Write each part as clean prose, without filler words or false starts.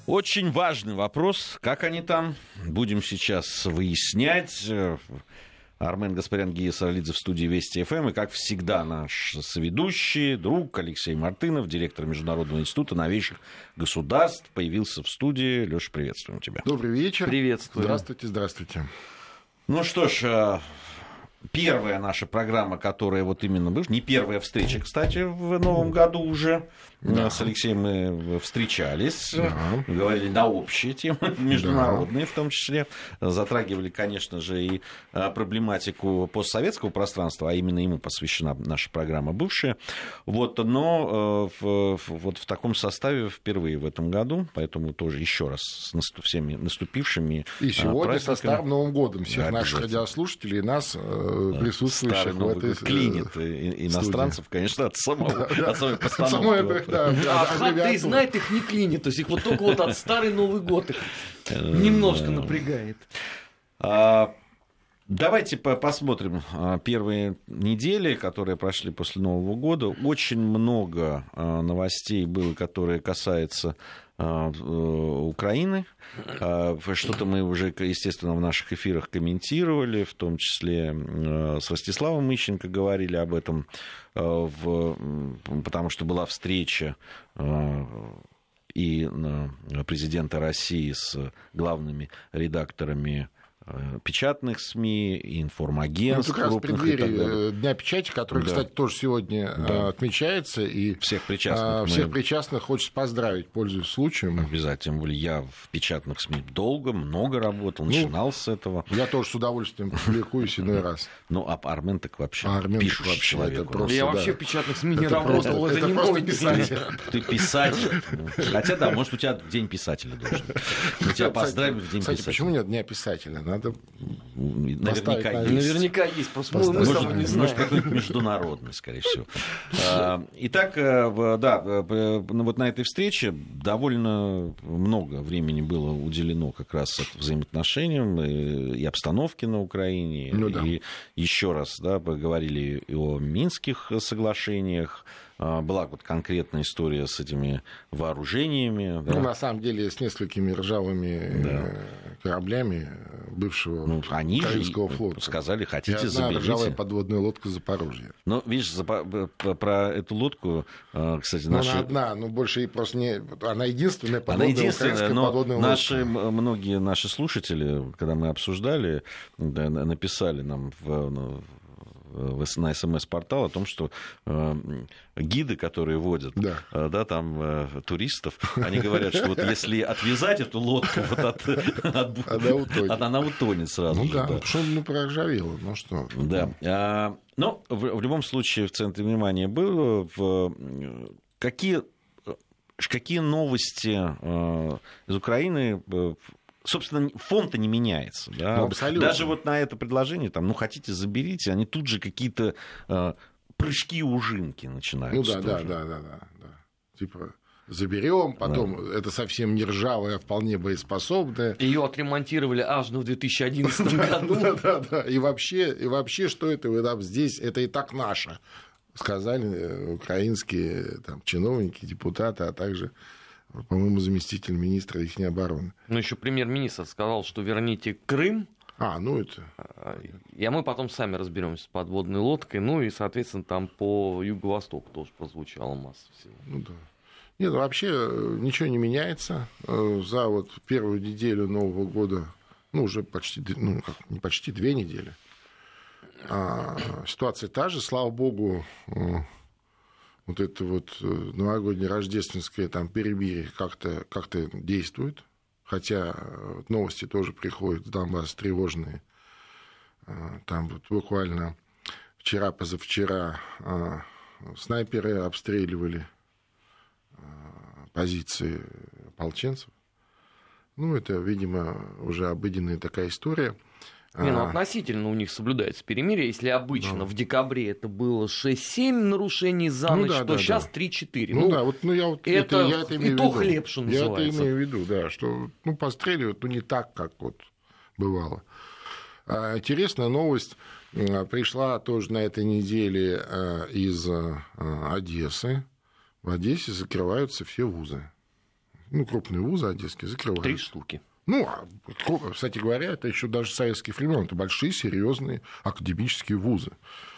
Очень важный вопрос. Как они там? Будем сейчас выяснять. Армен Гаспарян, Гия Саралидзе в студии Вести ФМ. И, как всегда, наш соведущий, друг Алексей Мартынов, директор Международного института новейших государств, появился в студии. Леша, приветствуем тебя. Добрый вечер. Приветствую. Здравствуйте, здравствуйте. Ну что ж, первая наша программа, которая вот именно... Не первая встреча, кстати, в новом году уже. Да. С Алексеем мы встречались, говорили на общие темы, международные в том числе. Затрагивали, конечно же, и проблематику постсоветского пространства, а именно ему посвящена наша программа бывшая. Вот, но вот в таком составе впервые в этом году, поэтому тоже еще раз с всеми наступившими и сегодня со Старым Новым годом всех наших радиослушателей и нас, присутствующих Старый Новый в этой год клинит иностранцев, конечно, от самой постановки. Хатты знает, их не клинит. То есть их вот только вот от Старый Новый год их немножко напрягает. Давайте посмотрим первые недели, которые прошли после Нового года. Очень много новостей было, которые касаются Украины. Что-то мы уже, естественно, в наших эфирах комментировали, в том числе с Ростиславом Ищенко говорили об этом, потому что была встреча и президента России с главными редакторами печатных СМИ, информагентств. Ну, как раз в преддверии Дня печати, который, кстати, тоже сегодня отмечается. И всех причастных хочется поздравить, пользуясь случаем. Обязательно. Тем более я в печатных СМИ много работал, начинал с этого. Я тоже с удовольствием публикуюсь иной раз. Ну, а Армен так вообще пишущий человек. Я вообще в печатных СМИ не работал. Это не мой писатель. Ты писатель. Хотя, да, может, у тебя День писателя должен быть. Мы тебя поздравим в День писателя. Кстати, почему нет Дня писателя? Надо наверняка есть. Просто мы с тобой не знаем. Может, какой-нибудь международный, скорее всего. Итак, да, вот на этой встрече довольно много времени было уделено как раз взаимоотношениям и обстановке на Украине. И еще раз поговорили и о Минских соглашениях. Была вот конкретная история с этими вооружениями. Ну, на самом деле, с несколькими ржавыми кораблями бывшего украинского флота. Сказали, хотите, и заберите. Ржавая подводная лодка Запорожья. Ну, видишь, про эту лодку, кстати, наши... Она одна, но больше и просто не... Она единственная украинская подводная лодка. Многие наши слушатели, когда мы обсуждали, написали нам на СМС-портал о том, что гиды, которые водят там туристов, они говорят, что вот если отвязать эту лодку она утонет сразу. Ну да, что проржавело, ну что. Да. Но в любом случае в центре внимания было какие новости из Украины. Собственно, фон-то не меняется. Да? Абсолютно. Даже вот на это предложение, хотите, заберите, они тут же какие-то прыжки-ужинки начинаются. Ну да. Типа, заберем, потом это совсем не ржавая, а вполне боеспособная. Ее отремонтировали аж в 2011 году. Да. И вообще, что это вы там здесь, это и так наше, сказали украинские чиновники, депутаты, а также, по-моему, заместитель министра их обороны. Ну, еще премьер-министр сказал, что верните Крым. Это... И мы потом сами разберемся с подводной лодкой. Ну и, соответственно, там по юго-востоку тоже прозвучала масса всего. Ну да. Нет, вообще ничего не меняется. За первую неделю Нового года, уже почти, не почти 2 недели, ситуация та же, слава богу. Вот это новогоднее рождественское перемирие как-то действует. Хотя новости тоже приходят в Донбасс тревожные. Там буквально вчера-позавчера снайперы обстреливали позиции ополченцев. Это, видимо, уже обыденная такая история. Относительно у них соблюдается перемирие. Если обычно в декабре это было 6-7 нарушений за ночь, то сейчас 3-4. Это и то хлеб, что называется. Я это имею в виду, что постреливают, не так, как бывало. Интересная новость пришла тоже на этой неделе из Одессы. В Одессе закрываются все вузы. крупные вузы одесские закрываются. 3 штуки. Кстати говоря, это еще даже с советских времен. Это большие, серьезные академические вузы.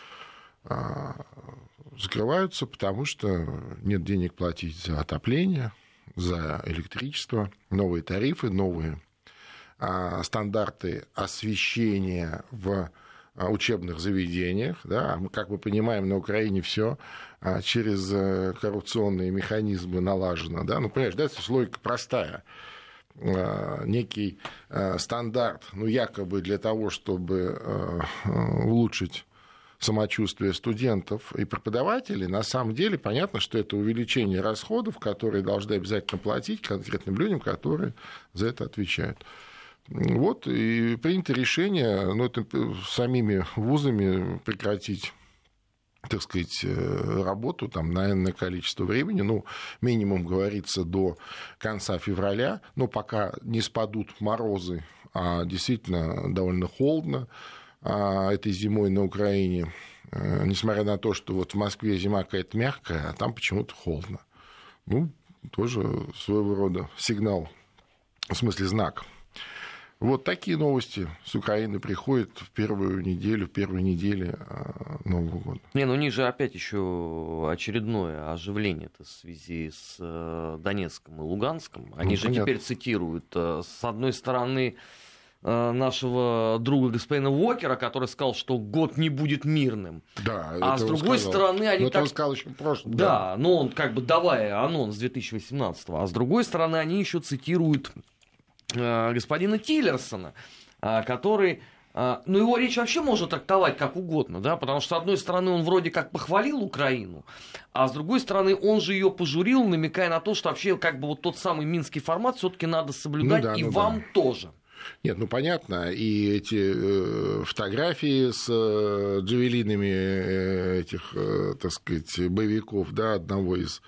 Закрываются, потому что нет денег платить за отопление, за электричество, новые тарифы, новые стандарты освещения в учебных заведениях. Да? Как мы понимаем, на Украине все через коррупционные механизмы налажено. Да? Понимаешь, да, это логика простая. Некий стандарт, якобы для того, чтобы улучшить самочувствие студентов и преподавателей, на самом деле понятно, что это увеличение расходов, которые должны обязательно платить конкретным людям, которые за это отвечают. И принято решение это самими вузами прекратить, так сказать, работу на энное количество времени, минимум, говорится, до конца февраля, но пока не спадут морозы, а действительно довольно холодно этой зимой на Украине, несмотря на то, что в Москве зима какая-то мягкая, а там почему-то холодно. Тоже своего рода сигнал, в смысле знак. Такие новости с Украины приходят в первую неделю Нового года. У них же опять еще очередное оживление в связи с Донецком и Луганском. Они же теперь цитируют, с одной стороны, нашего друга господина Уокера, который сказал, что год не будет мирным. Да, а с другой стороны, они это он сказал еще в прошлом. Да, но он давая анонс 2018-го. А с другой стороны, они еще цитируют господина Тиллерсона, который... его речь вообще можно трактовать как угодно, да, потому что, с одной стороны, он вроде как похвалил Украину, а с другой стороны, он же ее пожурил, намекая на то, что вообще тот самый минский формат все-таки надо соблюдать, вам тоже. Нет, понятно, и эти фотографии с джавелинами этих, так сказать, боевиков, да, одного из...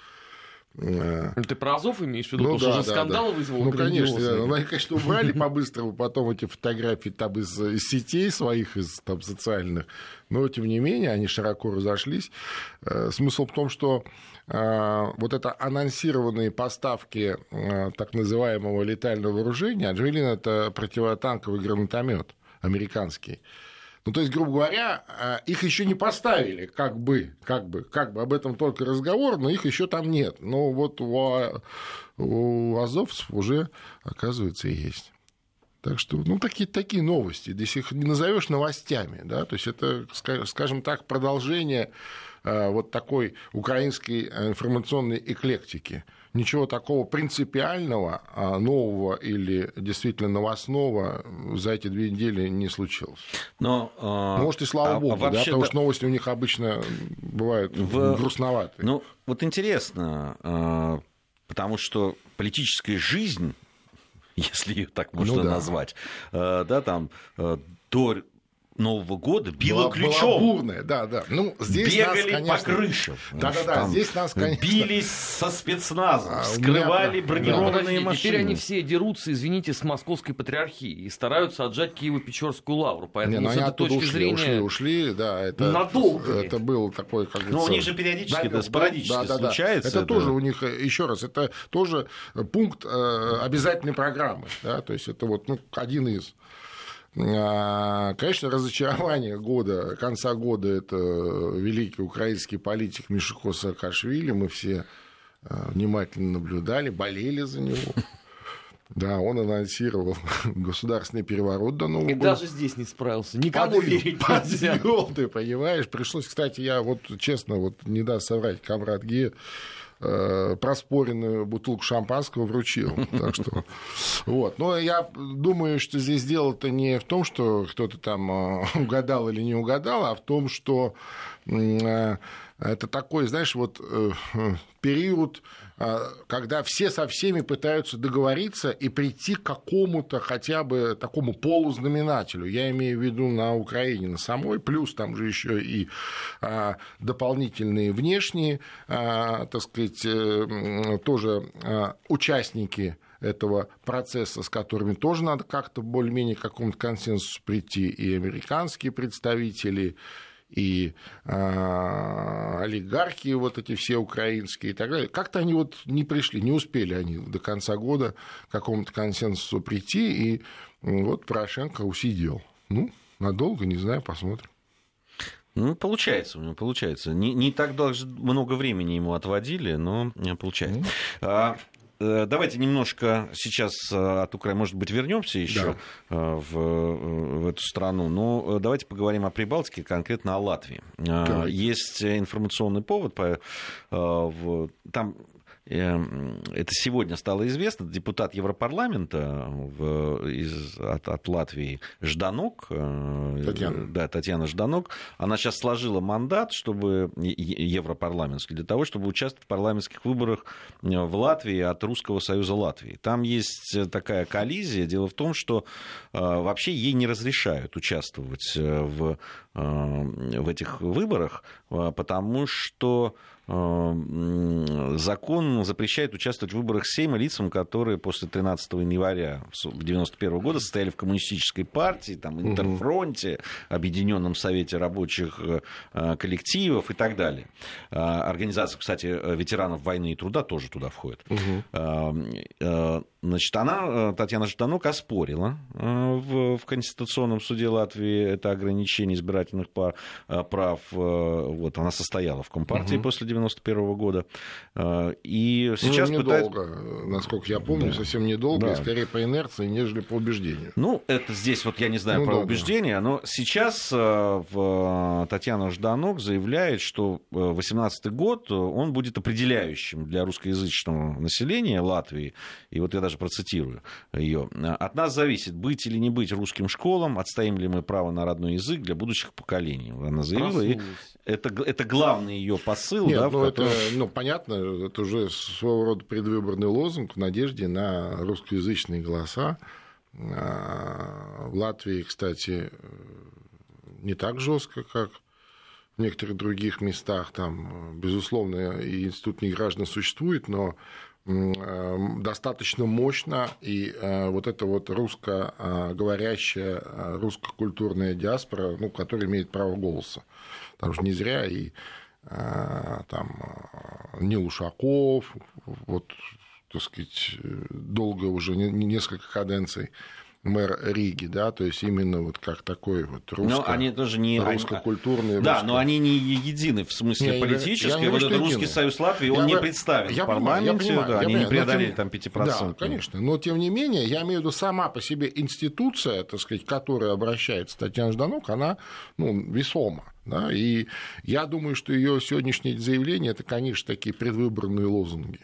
Ты про Азов имеешь в виду? Потому что уже скандал вызвал. Конечно, они, конечно, убрали по-быстрому потом эти фотографии из сетей своих, из социальных, но, тем не менее, они широко разошлись. Смысл в том, что это анонсированные поставки так называемого летального вооружения, «Джавелин» — это противотанковый гранатомет американский. То есть, грубо говоря, их еще не поставили, как бы об этом только разговор, но их еще там нет. Но у азовцев уже, оказывается, есть. Так что, такие новости, здесь их не назовешь новостями, да, то есть это, скажем так, продолжение такой украинской информационной эклектики. Ничего такого принципиального, нового или действительно новостного за эти 2 недели не случилось. Может, и слава богу, вообще, потому что новости у них обычно бывают грустноватые. Интересно, потому что политическая жизнь, если ее так можно назвать, до Нового года била ключом. Была бурная, да. Здесь бегали нас, конечно, по крышам. Здесь нас, конечно... Бились со спецназом, скрывали бронированные машины. Теперь они все дерутся, извините, с Московской патриархии и стараются отжать Киево-Печорскую лавру. Поэтому с этой точки зрения... Ушли, да. Это, надолго. Это был такой, как говорится... Но у них же периодически, спорадически случается. Это тоже у них, еще раз, это тоже пункт обязательной программы. Да? То есть это один из... Конечно, разочарование конца года – это великий украинский политик Мишко Саакашвили. Мы все внимательно наблюдали, болели за него. Да, он анонсировал государственный переворот до Нового года. И даже здесь не справился. Никому верить нельзя. Ты понимаешь? Пришлось, кстати, я честно, не даст соврать, комрад Ге проспоренную бутылку шампанского вручил. Так что, Но я думаю, что здесь дело-то не в том, что кто-то там угадал или не угадал, а в том, что это такой, знаешь, период, когда все со всеми пытаются договориться и прийти к какому-то хотя бы такому полузнаменателю. Я имею в виду на Украине, на самой, плюс там же еще и дополнительные внешние, так сказать, тоже участники этого процесса, с которыми тоже надо как-то более-менее к какому-то консенсусу прийти, и американские представители, и олигархи вот эти все украинские и так далее. Как-то они вот не пришли, не успели они до конца года к какому-то консенсусу прийти, и вот Порошенко усидел. Ну, надолго, не знаю, посмотрим. Ну, получается у него, получается. Не так много времени ему отводили, но получается. Давайте немножко сейчас от Украины, может быть, вернемся еще в эту страну, но давайте поговорим о Прибалтике, конкретно о Латвии. Есть информационный повод, там... Это сегодня стало известно. Депутат Европарламента от Латвии Жданок, Татьяна Жданок, она сейчас сложила мандат, чтобы европарламентский, для того, чтобы участвовать в парламентских выборах в Латвии от Русского союза Латвии. Там есть такая коллизия. Дело в том, что вообще ей не разрешают участвовать в этих выборах, потому что закон запрещает участвовать в выборах Сейма лицам, которые после 13 января 1991 года состояли в коммунистической партии, там, Интерфронте, Объединенном совете рабочих коллективов и так далее. Организация, кстати, ветеранов войны и труда тоже туда входит. Значит, Татьяна Жданок, оспорила в Конституционном суде Латвии это ограничение избирательных прав. Вот, она состояла в Компартии после 1991 года. И сейчас недолго, насколько я помню, совсем недолго, и скорее по инерции, нежели по убеждению. Ну, это здесь, вот я не знаю про убеждения, но сейчас Татьяна Жданок заявляет, что 2018 год, он будет определяющим для русскоязычного населения Латвии. И вот я даже процитирую ее. От нас зависит, быть или не быть русским школам, отстоим ли мы право на родной язык для будущих поколений. Она заявила, и это главный ее посыл. Нет, это, понятно, это уже своего рода предвыборный лозунг в надежде на русскоязычные голоса. В Латвии, кстати, не так жестко, как в некоторых других местах. Там, безусловно, и институт неграждан существует, но достаточно мощно, и вот эта вот русскоговорящая, русско-культурная диаспора, которая имеет право голоса. Потому что не зря и там Нил Ушаков, вот, так сказать, долго уже, несколько каденций, мэр Риги, да, то есть именно вот как такой вот русско-культурный. Да, но они не едины в смысле политическом. Вот этот Русский союз Латвии, он не представлен в парламенте, они не преодолели там 5%. Да, конечно, но тем не менее, я имею в виду сама по себе институция, так сказать, к которой обращается Татьяна Жданок, она весома. Да, и я думаю, что ее сегодняшнее заявление, это, конечно, такие предвыборные лозунги.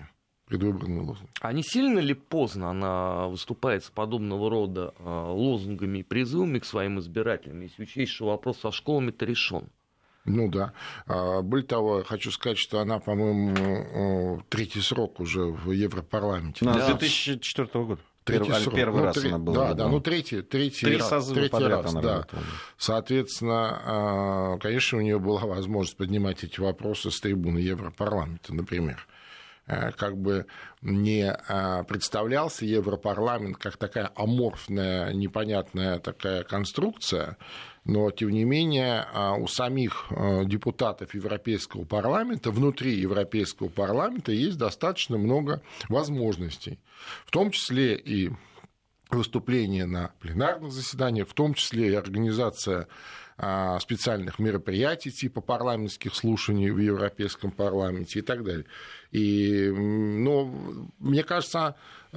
А не сильно ли поздно она выступает с подобного рода лозунгами и призывами к своим избирателям, если учесть, что вопрос со школами-то решен? Ну да. Более того, хочу сказать, что она, по-моему, третий срок уже в Европарламенте. С 2004 года. Первый раз она была. Да, третий раз подряд она работала. Соответственно, конечно, у нее была возможность поднимать эти вопросы с трибуны Европарламента, например. Как бы не представлялся Европарламент как такая аморфная, непонятная такая конструкция, но, тем не менее, у самих депутатов Европейского парламента, внутри Европейского парламента есть достаточно много возможностей, в том числе и выступления на пленарных заседаниях, в том числе и организация специальных мероприятий типа парламентских слушаний в Европейском парламенте и так далее. И, мне кажется,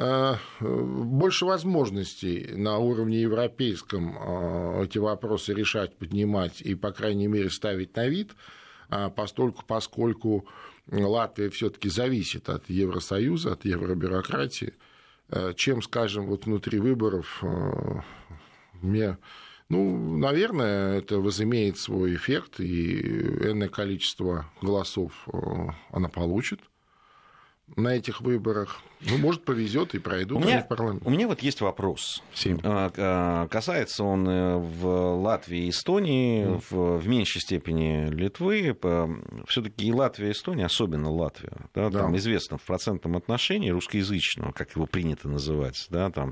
больше возможностей на уровне европейском эти вопросы решать, поднимать и, по крайней мере, ставить на вид, поскольку Латвия все-таки зависит от Евросоюза, от евробюрократии, чем, скажем, вот внутри выборов наверное, это возымеет свой эффект, и энное количество голосов она получит на этих выборах. Ну, может, повезет и пройдут в парламент. У меня вот есть вопрос. Касается он в Латвии и Эстонии, в меньшей степени Литвы. Все-таки и Латвия, и Эстония, особенно Латвия, да, там известно в процентном отношении русскоязычного, как его принято называть, да, там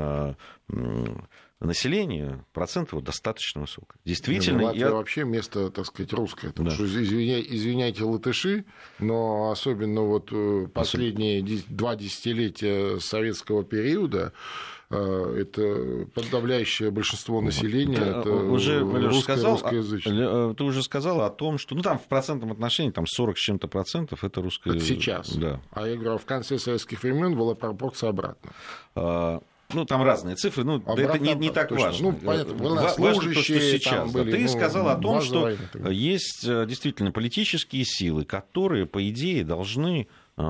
население, процент его достаточно высок. Действительно, Латвия вообще место, так сказать, русское. Да. Что, извиняйте, латыши, но особенно вот последние 2 десятилетия советского периода это подавляющее большинство населения, это уже, русскоязычное. Ты уже сказал о том, что там в процентном отношении там 40 с чем-то процентов это русское. Это сейчас. Да. А я говорю, в конце советских времен была пропорция обратная. Там разные цифры, это не так точно. важно. Понятно, важно то, что сейчас. Были, ты сказал о том, что войны, есть действительно политические силы, которые, по идее, должны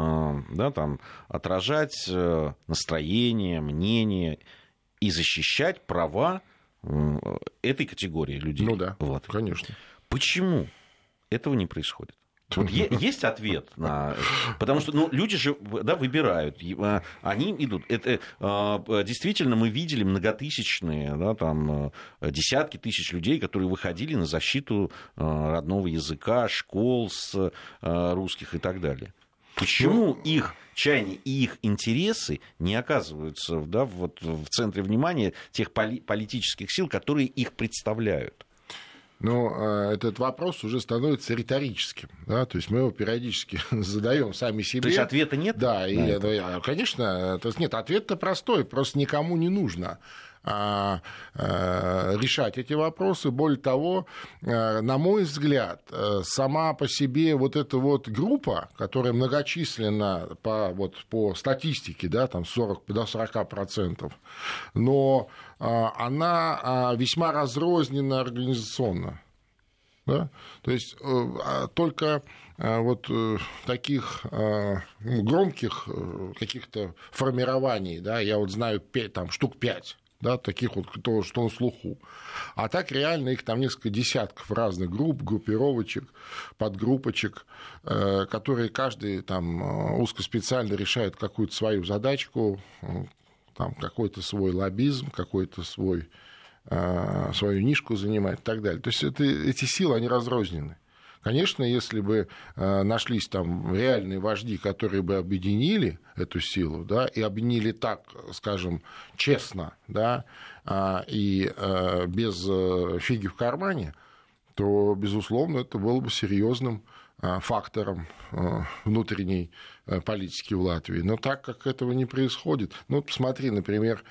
отражать настроение, мнение и защищать права этой категории людей. В Латвии. Конечно. Почему этого не происходит? Вот есть ответ на... Потому что люди же выбирают, они идут. Это, действительно, мы видели многотысячные, десятки тысяч людей, которые выходили на защиту родного языка, школ с русских и так далее. Почему их чаяния и их интересы не оказываются в центре внимания тех политических сил, которые их представляют? Но этот вопрос уже становится риторическим, да, то есть мы его периодически задаем сами себе. То есть ответа нет? Да, конечно, нет, ответ-то простой, просто никому не нужно решать эти вопросы. Более того, на мой взгляд, сама по себе вот эта вот группа, которая многочисленна по статистике, да, там до 40%, но она весьма разрознена организационно. Да? То есть только таких громких каких-то формирований, да, я знаю штук 5. Да, таких что на слуху. А так реально их там несколько десятков разных групп, группировочек, подгруппочек, которые каждый там узкоспециально решает какую-то свою задачку, там какой-то свой лоббизм, какой-то свою нишку занимает и так далее. То есть эти силы, они разрознены. Конечно, если бы нашлись там реальные вожди, которые бы объединили эту силу, да, и объединили так, скажем, честно, да, и без фиги в кармане, то, безусловно, это было бы серьезным фактором внутренней политики в Латвии. Но так как этого не происходит, посмотри, например,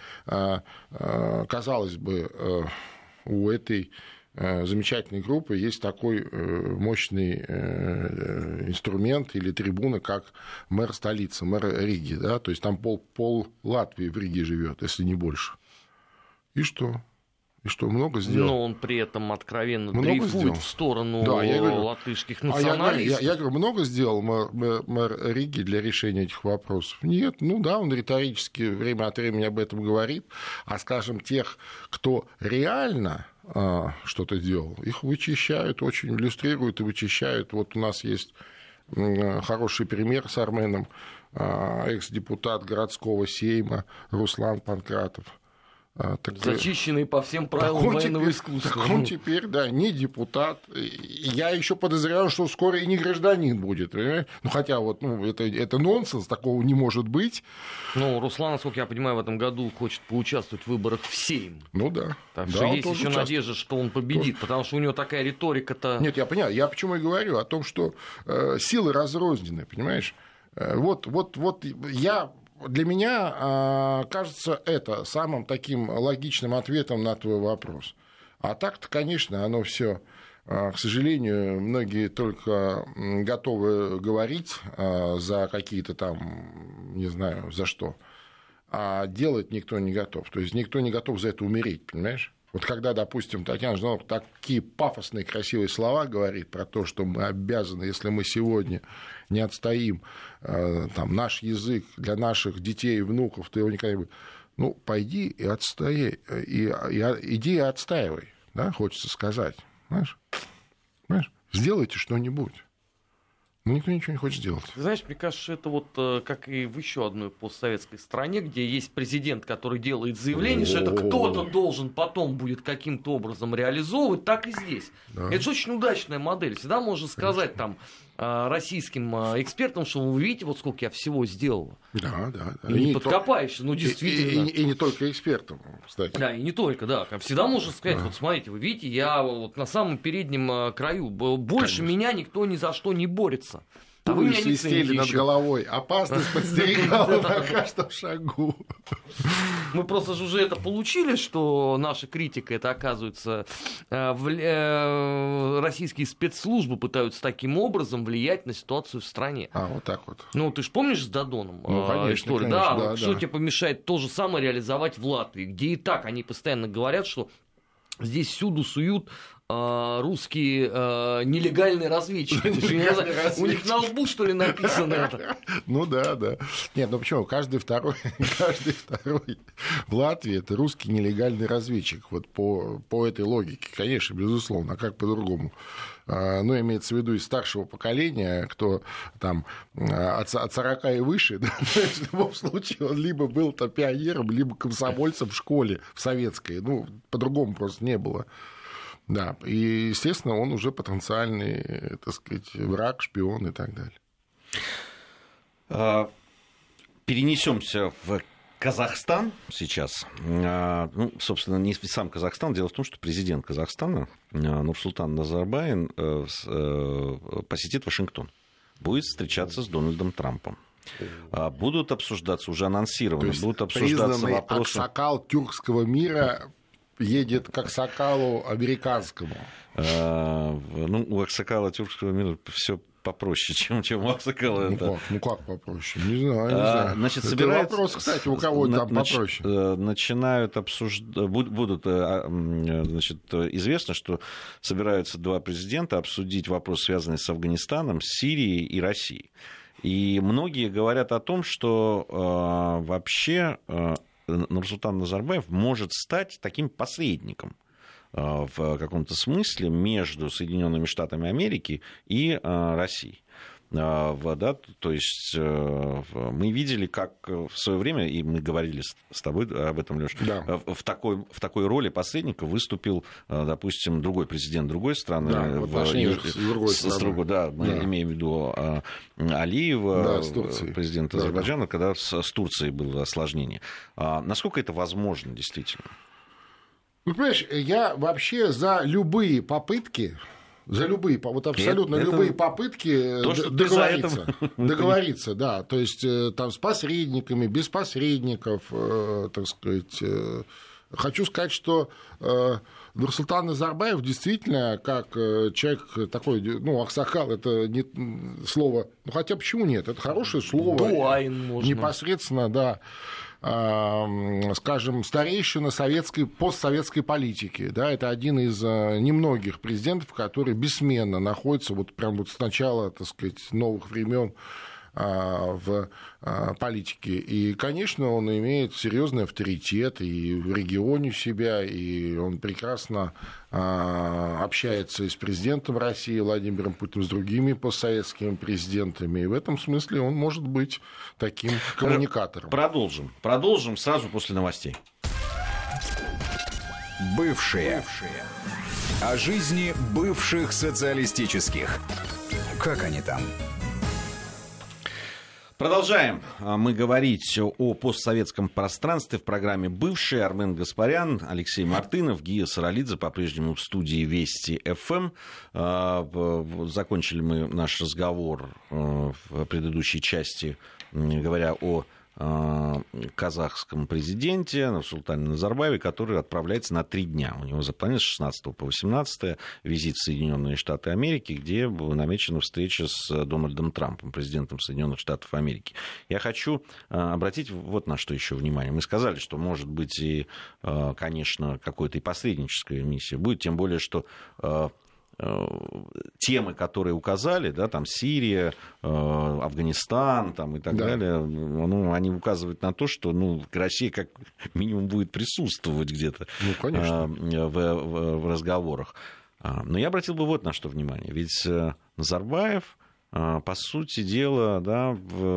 казалось бы, у этой замечательной группы есть такой мощный инструмент или трибуна, как мэр столицы, мэр Риги. Да? То есть там пол Латвии в Риге живет, если не больше. И что? И что, много сделал? Но он при этом откровенно дрейфует в сторону латышских националистов. Я говорю, много сделал мэр Риги для решения этих вопросов? Нет, он риторически время от времени об этом говорит. А, скажем, тех, кто реально что-то делал, их вычищают, очень иллюстрируют и вычищают. Вот у нас есть хороший пример с Арменом, экс-депутат городского сейма Руслан Панкратов. Зачищенный по всем правилам военного искусства. Так он теперь, не депутат. Я еще подозреваю, что скоро и не гражданин будет. Хотя это нонсенс, такого не может быть. Руслан, насколько я понимаю, в этом году хочет поучаствовать в выборах в Сейм. Да. Так что есть еще надежда, что он победит, потому что у него такая риторика-то... Нет, я понимаю. Я почему и говорю о том, что силы разрознены, понимаешь? Для меня кажется это самым таким логичным ответом на твой вопрос. А так-то, конечно, оно все, к сожалению, многие только готовы говорить за какие-то там, не знаю, за что, а делать никто не готов. То есть никто не готов за это умереть, понимаешь? Вот когда, допустим, Татьяна Жданова такие пафосные, красивые слова говорит про то, что мы обязаны, если мы сегодня не отстоим наш язык для наших детей и внуков, то его никогда не будет. Пойди и отстои, иди и отстаивай, да, хочется сказать. Понимаешь? Сделайте что-нибудь. Никто ничего не хочет сделать. Знаешь, мне кажется, это вот как и в еще одной постсоветской стране, где есть президент, который делает заявление, что это кто-то должен потом будет каким-то образом реализовывать, так и здесь. Да. Это же очень удачная модель. Всегда можно сказать там российским экспертам, что вы видите, вот сколько я всего сделал. Да. И не подкопаешься, ну действительно. И не только экспертам, кстати. Да, и не только, да. Всегда можно сказать, вот смотрите, вы видите, я вот на самом переднем краю. Больше меня никто ни за что не борется. А вы меня не свистели над головой. Опасность подстерегала на каждом шагу. Мы просто же уже это получили, что наша критика, это оказывается, российские спецслужбы пытаются таким образом влиять на ситуацию в стране. Вот так вот. Ну, ты же помнишь с Додоном историю? Да, что тебе помешает то же самое реализовать в Латвии, где и так они постоянно говорят, что здесь всюду суют русские нелегальные разведчики. У них на лбу, что ли, написано это? Ну да. Нет, ну почему? Каждый второй в Латвии это русский нелегальный разведчик. Вот по этой логике, конечно, безусловно. А как по-другому? Ну, имеется в виду из старшего поколения, кто там от 40 и выше, да, в любом случае он либо был там пионером, либо комсомольцем в школе, в советской. Ну, по-другому просто не было. Да, и, естественно, он уже потенциальный, так сказать, враг, шпион и так далее. Перенесемся в Казахстан сейчас. Ну, собственно, не сам Казахстан. Дело в том, что президент Казахстана Нурсултан Назарбаев посетит Вашингтон. Будет встречаться с Дональдом Трампом. Будут обсуждаться, уже анонсированы, будут обсуждаться вопросы... Аксакал тюркского мира едет к аксакалу американскому. Ну, у аксакала тюркского мира все попроще, чем у аксакала. Ну как попроще? Не знаю. Значит, это вопрос, кстати, у кого там попроще. Начинают обсуждать, будут, значит, известно, что собираются два президента обсудить вопрос, связанный с Афганистаном, с Сирией и Россией. И многие говорят о том, что вообще Нурсултан Назарбаев может стать таким посредником в каком-то смысле между Соединенными Штатами Америки и Россией. Да, то есть мы видели, как в свое время, и мы говорили с тобой об этом, Лёш, да. в такой роли посредника выступил, допустим, другой президент другой страны, да, с другой, да, мы имеем в виду Алиева, да, президент Азербайджана, когда с Турцией было осложнение. Насколько это возможно, действительно? Ну, понимаешь, я вообще за любые попытки... вот абсолютно любые попытки договориться, да, то есть там с посредниками, без посредников, так сказать. Хочу сказать, что Нурсултан Назарбаев действительно, как человек такой, ну, аксакал, это не слово, ну, хотя почему нет, это хорошее слово, непосредственно, да, скажем, старейшина постсоветской политики. Да, это один из немногих президентов, который бессменно находится вот прям вот с начала, так сказать, новых времен в политике. И, конечно, он имеет серьезный авторитет и в регионе себя, и он прекрасно общается и с президентом России Владимиром Путиным, с другими постсоветскими президентами. И в этом смысле он может быть таким коммуникатором. Продолжим сразу после новостей. Бывшие. О жизни бывших социалистических. Как они там? Продолжаем мы говорить о постсоветском пространстве в программе «Бывшие». Армен Гаспарян, Алексей Мартынов, Гия Саралидзе по-прежнему в студии Вести ФМ. Закончили мы наш разговор в предыдущей части, говоря о казахском президенте Нурсултане Назарбаеве, который отправляется на 3 дня. У него запланирован с 16 по 18 визит в Соединенные Штаты Америки, где намечена встреча с Дональдом Трампом, президентом Соединенных Штатов Америки. Я хочу обратить вот на что еще внимание. Мы сказали, что может быть и, конечно, какая-то и посредническая миссия будет, тем более, что темы, которые указали, да, там Сирия, Афганистан там, и так далее, ну, они указывают на то, что Россия как минимум будет присутствовать где-то в разговорах. Но я обратил бы вот на что внимание. Ведь Назарбаев по сути дела, да,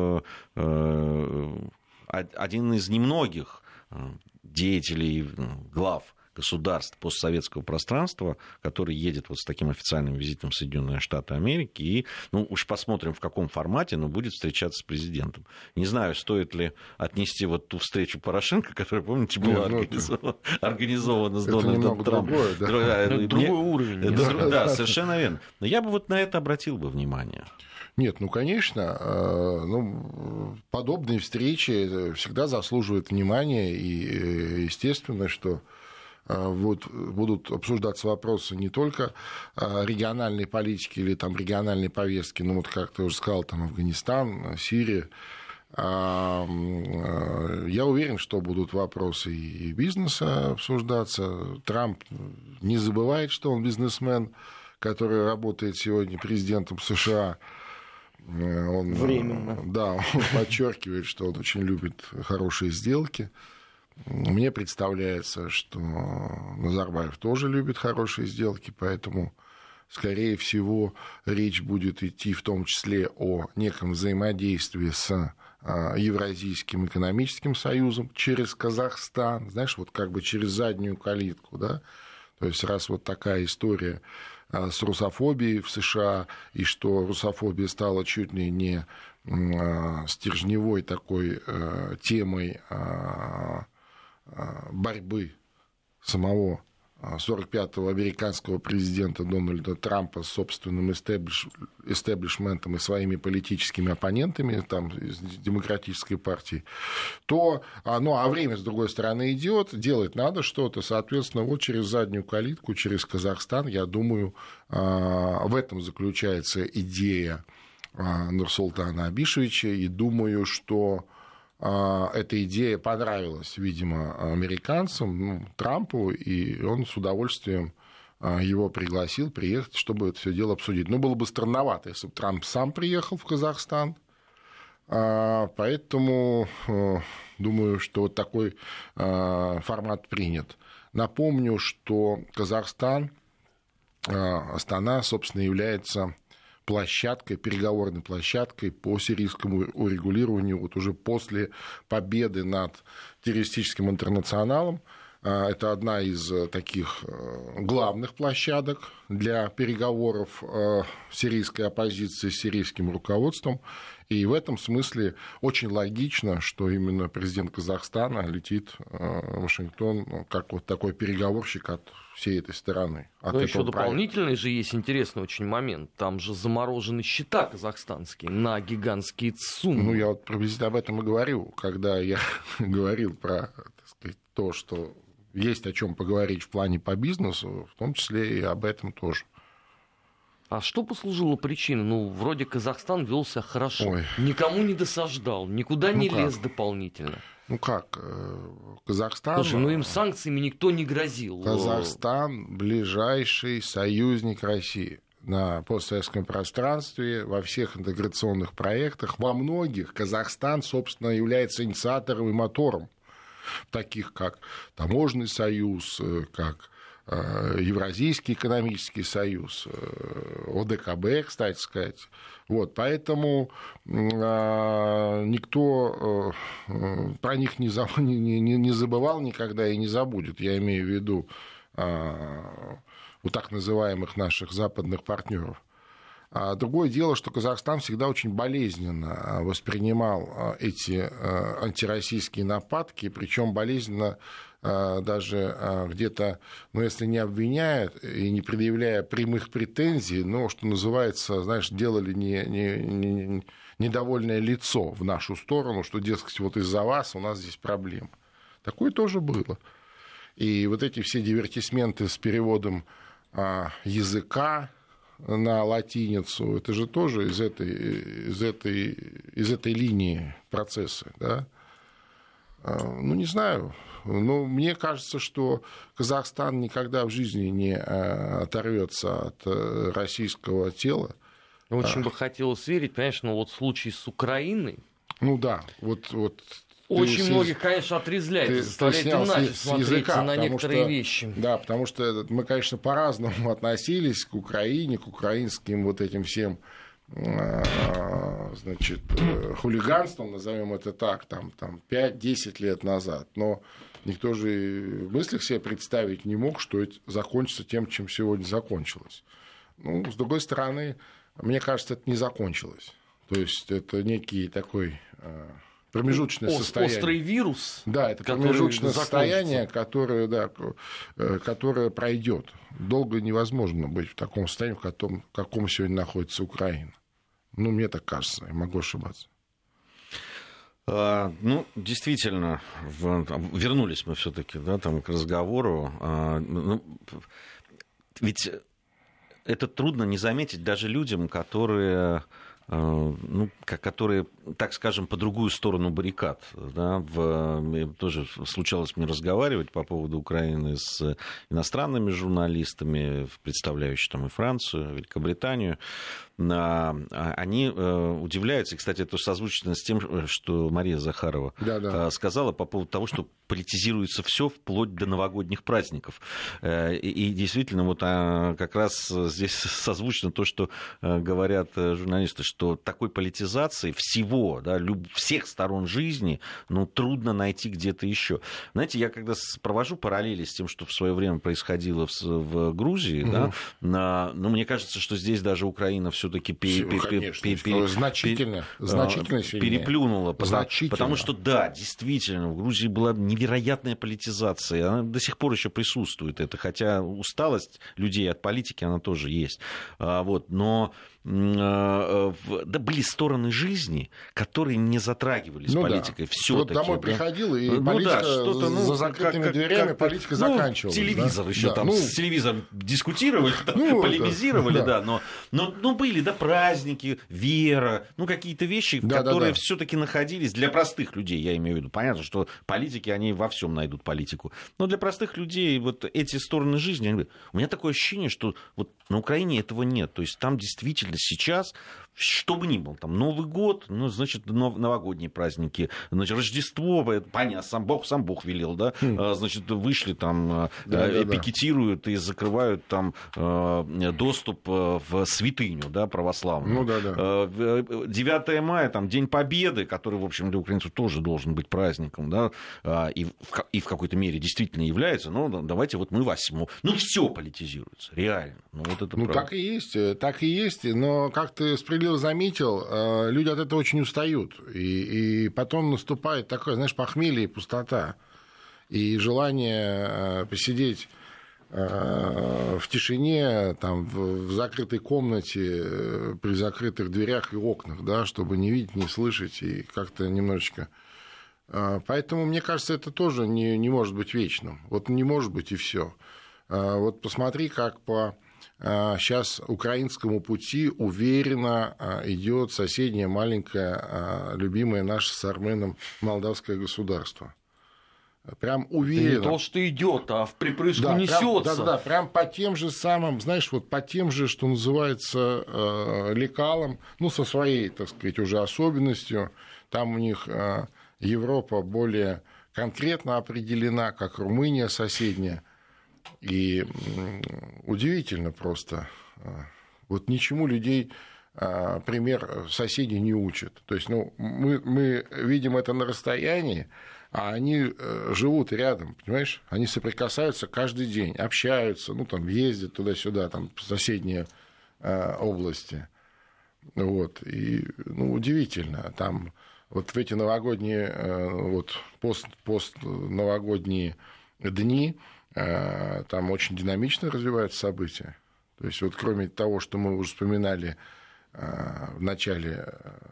один из немногих деятелей, глав государств постсоветского пространства, который едет вот с таким официальным визитом в Соединенные Штаты Америки, и, ну, уж посмотрим, в каком формате, но будет встречаться с президентом. Не знаю, стоит ли отнести вот ту встречу Порошенко, которая, помните, была организована с Дональдом Трампом. Другой уровень. Да, совершенно верно. Но я бы вот на это обратил бы внимание. Нет, ну, конечно, подобные встречи всегда заслуживают внимания, и естественно, что вот будут обсуждаться вопросы не только региональной политики или там региональной повестки, ну вот как ты уже сказал, там Афганистан, Сирия. Я уверен, что будут вопросы и бизнеса обсуждаться. Трамп не забывает, что он бизнесмен, который работает сегодня президентом США. Временно. Да, он подчеркивает, что он очень любит хорошие сделки. Мне представляется, что Назарбаев тоже любит хорошие сделки, поэтому, скорее всего, речь будет идти в том числе о неком взаимодействии с Евразийским экономическим союзом через Казахстан, знаешь, вот как бы через заднюю калитку, да, то есть раз вот такая история с русофобией в США, и что русофобия стала чуть ли не стержневой такой темой борьбы самого 45-го американского президента Дональда Трампа с собственным истеблишментом и своими политическими оппонентами там, из демократической партии, то, ну, а время, с другой стороны, идет, делать надо что-то, соответственно, вот через заднюю калитку, через Казахстан, я думаю, в этом заключается идея Нурсултана Абишевича, и думаю, что эта идея понравилась, видимо, американцам, ну, Трампу, и он с удовольствием его пригласил приехать, чтобы это все дело обсудить. Но было бы странновато, если бы Трамп сам приехал в Казахстан. Поэтому думаю, что вот такой формат принят. Напомню, что Казахстан, Астана, собственно, является площадкой, переговорной площадкой по сирийскому урегулированию вот уже после победы над террористическим интернационалом. Это одна из таких главных площадок для переговоров сирийской оппозиции с сирийским руководством. И в этом смысле очень логично, что именно президент Казахстана летит в Вашингтон как вот такой переговорщик от всей этой стороны. Но еще дополнительный же есть интересный очень момент. Там же заморожены счета казахстанские на гигантские суммы. Ну, я вот приблизительно об этом и говорю, когда я говорил про, так сказать, то, что есть о чем поговорить в плане по бизнесу, в том числе и об этом тоже. А что послужило причиной? Ну, вроде Казахстан вел себя хорошо, никому не досаждал, никуда не лез дополнительно. Ну как, Казахстан... Слушай, ну им санкциями никто не грозил. Казахстан – ближайший союзник России на постсоветском пространстве, во всех интеграционных проектах. Во многих Казахстан, собственно, является инициатором и мотором, таких как Таможенный союз, как Евразийский экономический союз, ОДКБ, кстати сказать. Вот, поэтому никто про них не забывал никогда и не забудет. Я имею в виду у так называемых наших западных партнеров. Другое дело, что Казахстан всегда очень болезненно воспринимал эти антироссийские нападки, причем болезненно даже где-то, ну, если не обвиняют и не предъявляя прямых претензий, но, что называется, знаешь, делали недовольное лицо в нашу сторону, что, дескать, вот из-за вас у нас здесь проблемы. Такое тоже было. И вот эти все дивертисменты с переводом языка на латиницу, это же тоже из этой линии процессы, да? Ну, не знаю. Но мне кажется, что Казахстан никогда в жизни не оторвется от российского тела. Очень бы хотелось верить, понимаешь, но вот в случае с Украиной... Ну да, вот очень многих, конечно, отрезляет, заставляет иначе смотреть на некоторые вещи. Да, потому что мы, конечно, по-разному относились к Украине, к украинским вот этим всем значит, хулиганством, назовем это так, там 5-10 лет назад. Но никто же в мыслях себе представить не мог, что это закончится тем, чем сегодня закончилось. Ну, с другой стороны, мне кажется, это не закончилось. То есть это некий такой промежуточное состояние. Острый вирус. Да, это промежуточное состояние, которое пройдет. Долго невозможно быть в таком состоянии, в каком сегодня находится Украина. Ну, мне так кажется, я могу ошибаться. Ну, действительно, вернулись мы все-таки, да, там, к разговору. Ведь это трудно не заметить даже людям, которые, так скажем, по другую сторону баррикад. Да, тоже случалось мне разговаривать по поводу Украины с иностранными журналистами, представляющими там и Францию, Великобританию. Они удивляются, и, кстати, это созвучно с тем, что Мария Захарова сказала по поводу того, что политизируется все вплоть до новогодних праздников. И действительно, вот как раз здесь созвучно то, что говорят журналисты, что такой политизации всего, да, всех сторон жизни, трудно найти где-то еще. Знаете, я когда провожу параллели с тем, что в свое время происходило в Грузии, да, мне кажется, что здесь даже Украина все-таки значительно переплюнула. Потому что, да, действительно, в Грузии была невероятная политизация. Она до сих пор еще присутствует, это, хотя усталость людей от политики, она тоже есть. Но были стороны жизни, которые не затрагивались политикой. Вот домой приходил, и политика за закрытыми дверями, политика заканчивалась. Телевизор еще там, с телевизором дискутировали, полемизировали, но были, праздники, вера, какие-то вещи, которые все-таки находились для простых людей, я имею в виду. Понятно, что политики, они во всем найдут политику. Но для простых людей вот эти стороны жизни, у меня такое ощущение, что вот на Украине этого нет. То есть там действительно сейчас, что бы ни было, там Новый год, значит, новогодние праздники, значит, Рождество, понятно, сам Бог велел, да, значит, вышли там, пикетируют и закрывают там доступ в святыню, да, православную. 9 мая, там, День Победы, который, в общем, для украинцев тоже должен быть праздником, да, и в какой-то мере действительно является, но давайте вот мы 8. Все политизируется, реально. Так и есть, но, как ты справедливо заметил, люди от этого очень устают, и потом наступает такое, знаешь, похмелье и пустота, и желание посидеть в тишине, там, в закрытой комнате, при закрытых дверях и окнах, да, чтобы не видеть, не слышать, и как-то немножечко... Поэтому, мне кажется, это тоже не может быть вечным. Вот не может быть, и все. Вот посмотри, как по сейчас украинскому пути уверенно идет соседнее маленькое, любимое наше с Арменом молдавское государство. Прям уверенно. Не то, что идет, а в припрыжку несется. Да, прям по тем же самым, знаешь, вот по тем же, что называется, лекалам, со своей, так сказать, уже особенностью. Там у них Европа более конкретно определена, как Румыния соседняя. И удивительно просто. Вот ничему людей пример соседей не учат. То есть, мы видим это на расстоянии, а они живут рядом, понимаешь? Они соприкасаются каждый день, общаются, там ездят туда-сюда, там в соседние области. Вот. И удивительно. Там вот в эти новогодние, постновогодние дни там очень динамично развиваются события. То есть, вот кроме того, что мы уже вспоминали в начале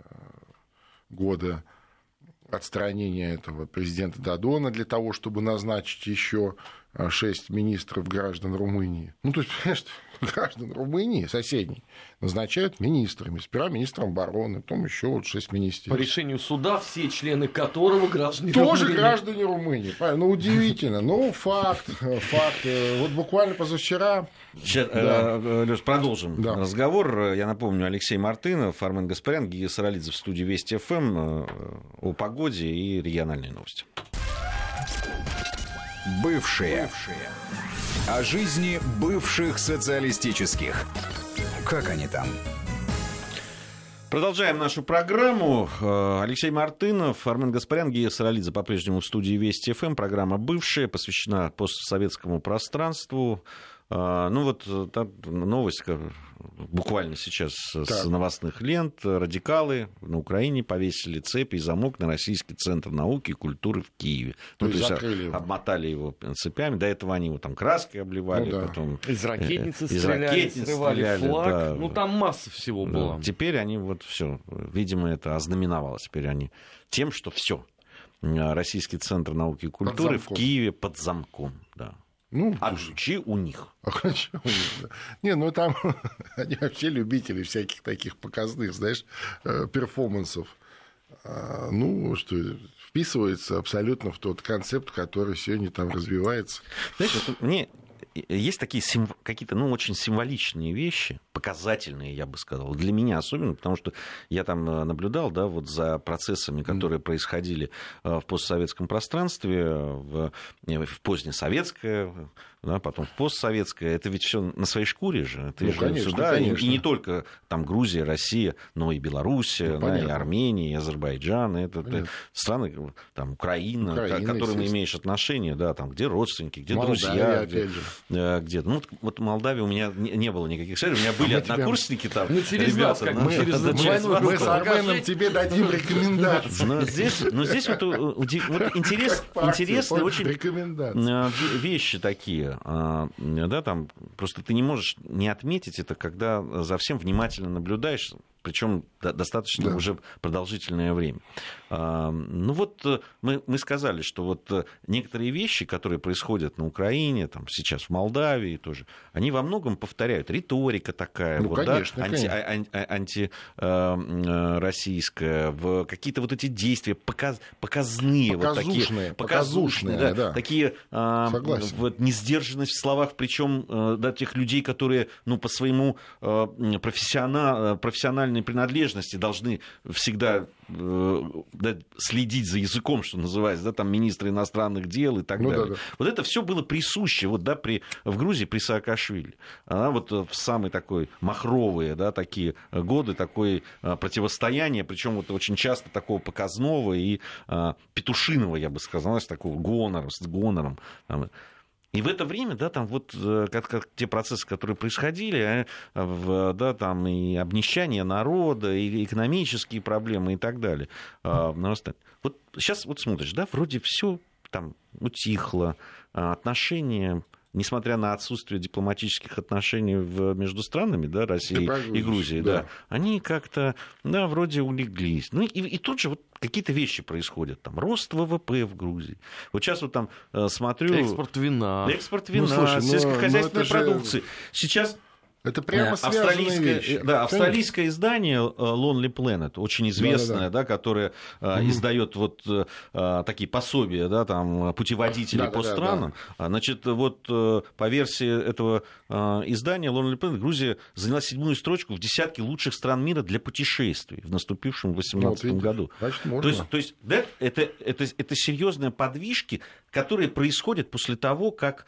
года отстранения этого президента Додона для того, чтобы назначить еще 6 министров граждан Румынии. То есть, понимаешь, граждан Румынии, соседней, назначают министрами. Сперва министром обороны, потом еще 6 министерств. По решению суда, все члены которого граждане тоже Румынии. Граждане Румынии. Удивительно. Факт. Вот буквально позавчера... Лёш, продолжим разговор. Я напомню, Алексей Мартынов, Армен Гаспарян, Гия Саралидзе в студии Вести ФМ о погоде и региональные новости. Бывшие. О жизни бывших социалистических. Как они там? Продолжаем нашу программу. Алексей Мартынов, Армен Гаспарян, Гия Саралидзе по-прежнему в студии Вести ФМ. Программа «Бывшая», посвящена постсоветскому пространству. Ну вот там новость буквально сейчас с новостных лент. Радикалы на Украине повесили цепь и замок на Российский центр науки и культуры в Киеве. То есть обмотали его цепями. До этого они его там краской обливали. Потом из ракетницы стреляли, срывали флаг. Да. Ну там масса всего было. Да. Теперь они вот все. Видимо, это ознаменовалось. Теперь они тем, что все. Российский центр науки и культуры в Киеве под замком. Да. Ну, а ключи у них. Не, ну там они вообще любители всяких таких показных, знаешь, перформансов. Ну, что вписывается абсолютно в тот концепт, который сегодня там развивается. Знаешь, мне есть такие какие-то, ну, очень символичные вещи, показательные, я бы сказал, для меня особенно, потому что я там наблюдал, да, вот за процессами, которые происходили в постсоветском пространстве, в позднесоветское, да, потом в постсоветское. Это ведь все на своей шкуре же. Это ну, же конечно, сюда, конечно. И не только там Грузия, Россия, но и Белоруссия, да, и Армения, и Азербайджан. Это страны, там, Украина, к которым имеешь отношение, да, там, где родственники, где Молдавия, друзья. Где-то. Ну, вот в Молдавии у меня не было никаких связей. У меня были однокурсники там. Ну, через ребята, нас, мы с Арменом тебе дадим рекомендации. Но здесь вот интересные очень вещи такие. Да, там просто ты не можешь не отметить это, когда за всем внимательно наблюдаешь, причем достаточно уже продолжительное время. Ну вот мы сказали, что вот некоторые вещи, которые происходят на Украине, там, сейчас в Молдавии тоже, они во многом повторяют. Риторика такая, ну, вот, конечно, да, антироссийская, какие-то вот эти действия показные, показушные, да. Такие вот, несдержанность в словах, причем да, тех людей, которые ну, по своему профессиональной принадлежности должны всегда следить за языком, что называется, да, там министры иностранных дел и так далее. Да. Вот это все было присуще вот, да, в Грузии при Саакашвили. Она вот в самые такой махровые, да, такие годы, такое противостояние, причем вот очень часто такого показного и петушиного, я бы сказал, с такого с гонором. Там. И в это время, да, там вот как те процессы, которые происходили, да, там и обнищание народа, и экономические проблемы и так далее. Вот сейчас вот смотришь, да, вроде все там утихло, отношения, несмотря на отсутствие дипломатических отношений между странами, да, Россией и Грузией, да, они как-то, да, вроде улеглись. Ну и тут же вот какие-то вещи происходят. Там рост ВВП в Грузии. Вот сейчас вот там смотрю... Экспорт вина, сельскохозяйственной продукции. Сейчас... Это прямо связанные вещи. Да, австралийское издание Lonely Planet, очень известное, да, которое издает вот такие пособия, да, там, путеводители по странам. Значит, вот по версии этого издания Lonely Planet Грузия заняла 7-ю строчку в десятке лучших стран мира для путешествий в наступившем 2018 году. Значит, то есть да, это серьезные подвижки, которые происходят после того, как...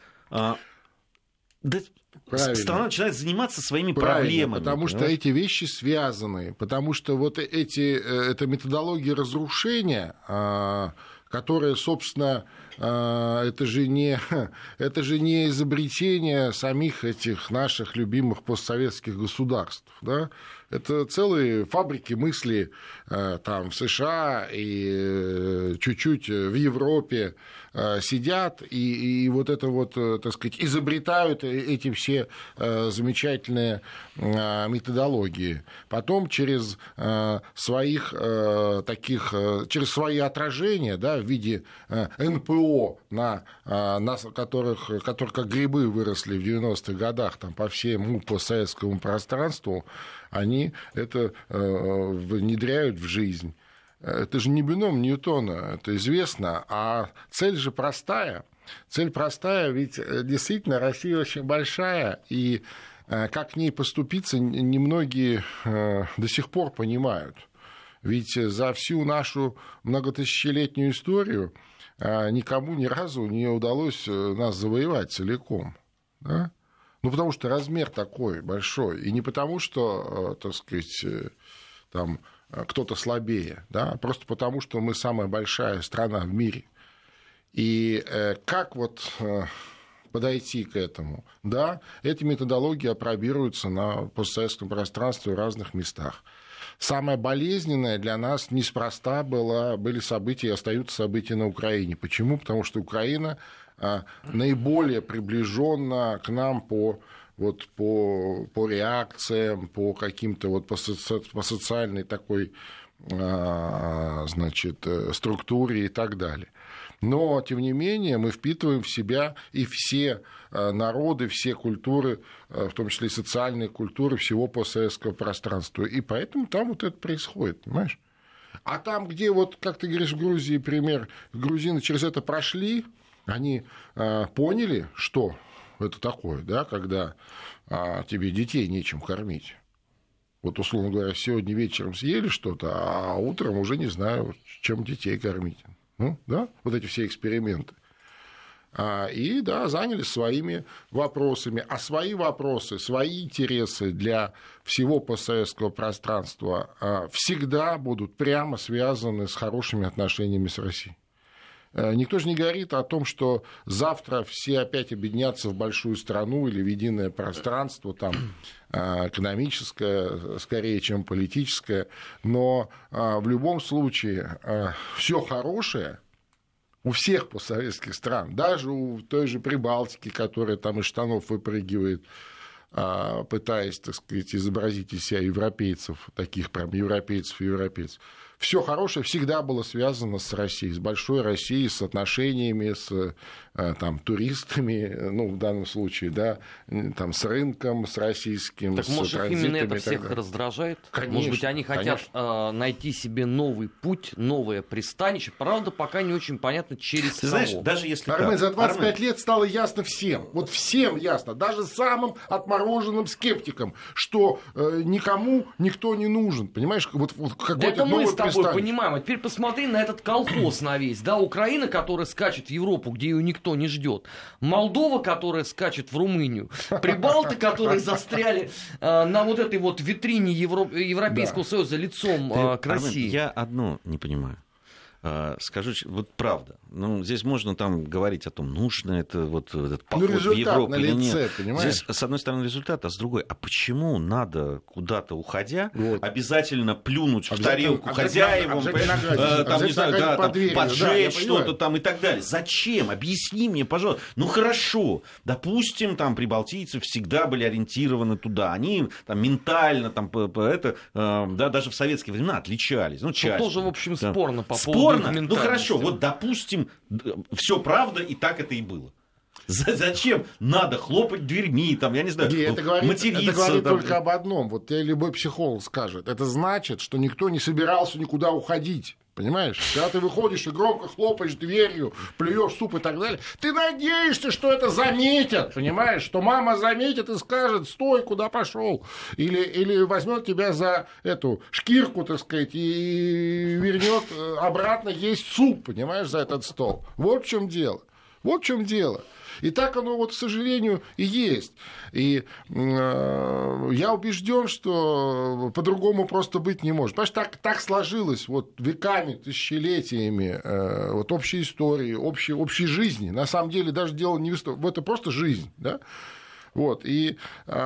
страна начинает заниматься своими проблемами. Потому что эти вещи связаны, потому что вот эта методология разрушения, которая, собственно, это же не изобретение самих этих наших любимых постсоветских государств, да? Это целые фабрики мысли там, в США и чуть-чуть в Европе сидят и вот это вот, так сказать, изобретают эти все замечательные методологии. Потом через через свои отражения, да, в виде НПО, на которых как грибы выросли в 90-х годах там, по всему постсоветскому пространству, они это внедряют в жизнь. Это же не бином Ньютона, это известно. А цель же простая. Цель простая, ведь действительно Россия очень большая, и как к ней поступиться, немногие до сих пор понимают. Ведь за всю нашу многотысячелетнюю историю никому ни разу не удалось нас завоевать целиком. Да? Ну, потому что размер такой большой. И не потому, что, так сказать, там кто-то слабее, да, просто потому, что мы самая большая страна в мире. И как вот подойти к этому? Да, эти методологии опробируются на постсоветском пространстве в разных местах. Самое болезненное для нас неспроста были события и остаются события на Украине. Почему? Потому что Украина наиболее приближена к нам по реакциям, по каким-то вот по социальной такой, значит, структуре и так далее. Но, тем не менее, мы впитываем в себя и все народы, все культуры, в том числе и социальные культуры всего постсоветского пространства. И поэтому там вот это происходит, понимаешь? А там, где, вот, как ты говоришь, в Грузии пример, грузины через это прошли, они поняли, что это такое, да, когда тебе детей нечем кормить. Вот, условно говоря, сегодня вечером съели что-то, а утром уже не знаю, чем детей кормить. Ну, да, вот эти все эксперименты. И, да, занялись своими вопросами. А свои вопросы, свои интересы для всего постсоветского пространства всегда будут прямо связаны с хорошими отношениями с Россией. Никто же не говорит о том, что завтра все опять объединятся в большую страну или в единое пространство, там, экономическое, скорее, чем политическое. Но в любом случае все хорошее у всех постсоветских стран, даже у той же Прибалтики, которая там из штанов выпрыгивает, пытаясь, так сказать, изобразить из себя европейцев, таких прям европейцев, все хорошее всегда было связано с Россией, с большой Россией, с отношениями, с там, туристами, ну, в данном случае, да, там, с рынком, с российским, так, с может, транзитами. именно это всех раздражает? Конечно, может быть, они хотят найти себе новый путь, новое пристанище. Правда, пока не очень понятно, через Ты знаешь, даже если Армен, за 25 лет стало ясно всем, вот всем ясно, даже самым отмороженным скептикам, что никому никто не нужен, понимаешь, вот какое-то это новое мы с тобой пристанище. понимаем. А теперь посмотри на этот колхоз на весь, да, Украина, которая скачет в Европу, где ее никто не ждет, Молдова, которая скачет в Румынию, Прибалты, которые застряли на вот этой вот витрине Европейского Союза лицом к России. Армен, я одно не понимаю. Скажу, вот правда. Ну, здесь можно там говорить о том, нужно это вот этот поход в Европу или нет. Понимаешь? Здесь, с одной стороны, результат, а с другой, а почему надо куда-то уходя обязательно плюнуть в тарелку хозяевам, там, не знаю, да, там, поджечь что-то там и так далее? Зачем? Объясни мне, пожалуйста. Ну, хорошо, допустим, там прибалтийцы всегда были ориентированы туда. Они там ментально, там, это, да, даже в советские времена отличались. Ну, часть. Тоже, в общем, спорно по поводу. Ну хорошо, вот допустим, все правда, и так это и было. Зачем надо хлопать дверьми, там, я не знаю, материться? Это говорит только об одном. Вот тебе любой психолог скажет. Это значит, что никто не собирался никуда уходить. Понимаешь? Когда ты выходишь и громко хлопаешь дверью, плюешь суп и так далее, ты надеешься, что это заметят, понимаешь? Что мама заметит и скажет: стой, куда пошел? Или возьмет тебя за эту шкирку, так сказать, и вернет обратно есть суп, понимаешь, за этот стол. Вот в чем дело. Вот в чем дело. И так оно, вот, к сожалению, и есть. И я убежден, что по-другому просто быть не может. Потому что так сложилось вот веками, тысячелетиями вот общей истории, общей жизни. На самом деле даже дело не в истории, это просто жизнь, да? Вот, и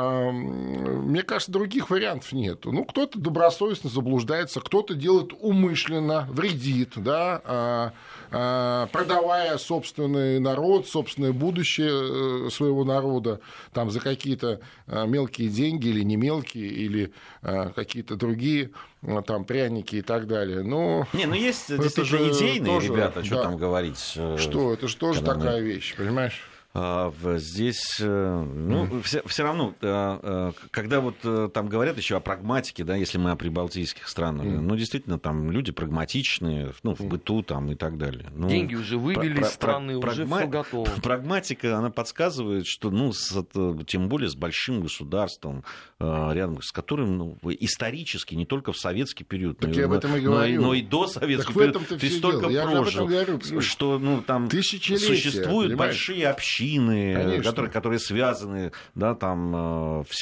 мне кажется, других вариантов нет. Ну, кто-то добросовестно заблуждается, кто-то делает умышленно, вредит, да, продавая собственный народ, собственное будущее своего народа там, за какие-то мелкие деньги или не мелкие, или какие-то другие там, пряники и так далее. Но не, ну есть действительно идейные тоже, ребята, что там говорить. Что, это же тоже такая вещь, понимаешь? Здесь, ну, все равно, когда вот там говорят еще о прагматике, да, если мы о прибалтийских странах, ну, действительно, там люди прагматичные, ну, в быту там и так далее. Ну, деньги уже выбили из страны, уже все готово. Прагматика, она подсказывает, что, ну, тем более с большим государством, рядом с которым, ну, исторически, не только в советский период, но и до советского периода, ты столько прожил, что, ну, там существуют большие общины, которые связаны, да, там,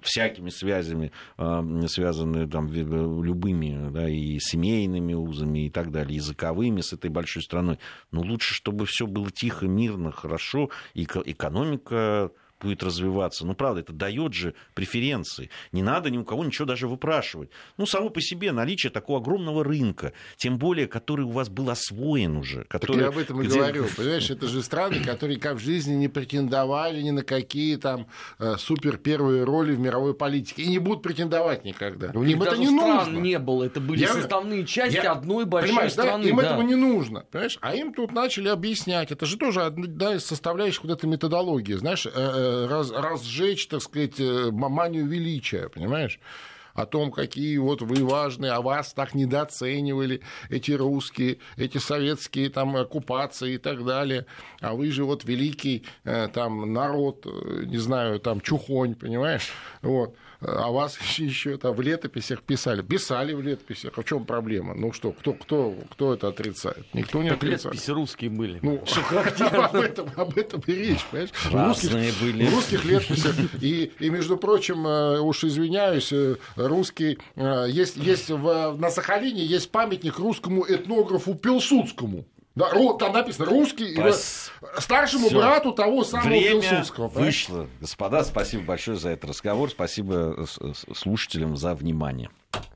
всякими связями, связанные там, любыми, да, и семейными узами и так далее, языковыми с этой большой страной. Но лучше, чтобы все было тихо, мирно, хорошо, и экономика будет развиваться. Ну, правда, это дает же преференции. Не надо ни у кого ничего даже выпрашивать. Ну, само по себе наличие такого огромного рынка, тем более, который у вас был освоен уже. Который, так я об этом и говорю. Понимаешь, это же страны, которые как в жизни не претендовали ни на какие там супер первые роли в мировой политике. И не будут претендовать никогда. У них это не нужно. Не было. Это были составные части одной большой страны. Да? Им этого не нужно. Понимаешь? А им тут начали объяснять. Это же тоже одна из составляющих вот этой методологии. Знаешь, разжечь, так сказать, манию величия, понимаешь? О том, какие вот вы важные, а вас так недооценивали эти русские, эти советские там оккупации и так далее. А вы же вот великий там народ, не знаю, там чухонь, понимаешь? Вот. А вас еще там в летописях писали. Писали в летописях. А в чем проблема? Ну что, кто это отрицает? Никто не отрицает. Летописи русские были. Ну, об этом и речь, понимаешь? Разные были. В русских летописях. И, между прочим, уж извиняюсь, русский... Есть на Сахалине есть памятник русскому этнографу Пилсудскому. Да, там написано русский старшему брату того самого Пилсудского. Вышло. Господа, спасибо большое за этот разговор. Спасибо слушателям за внимание.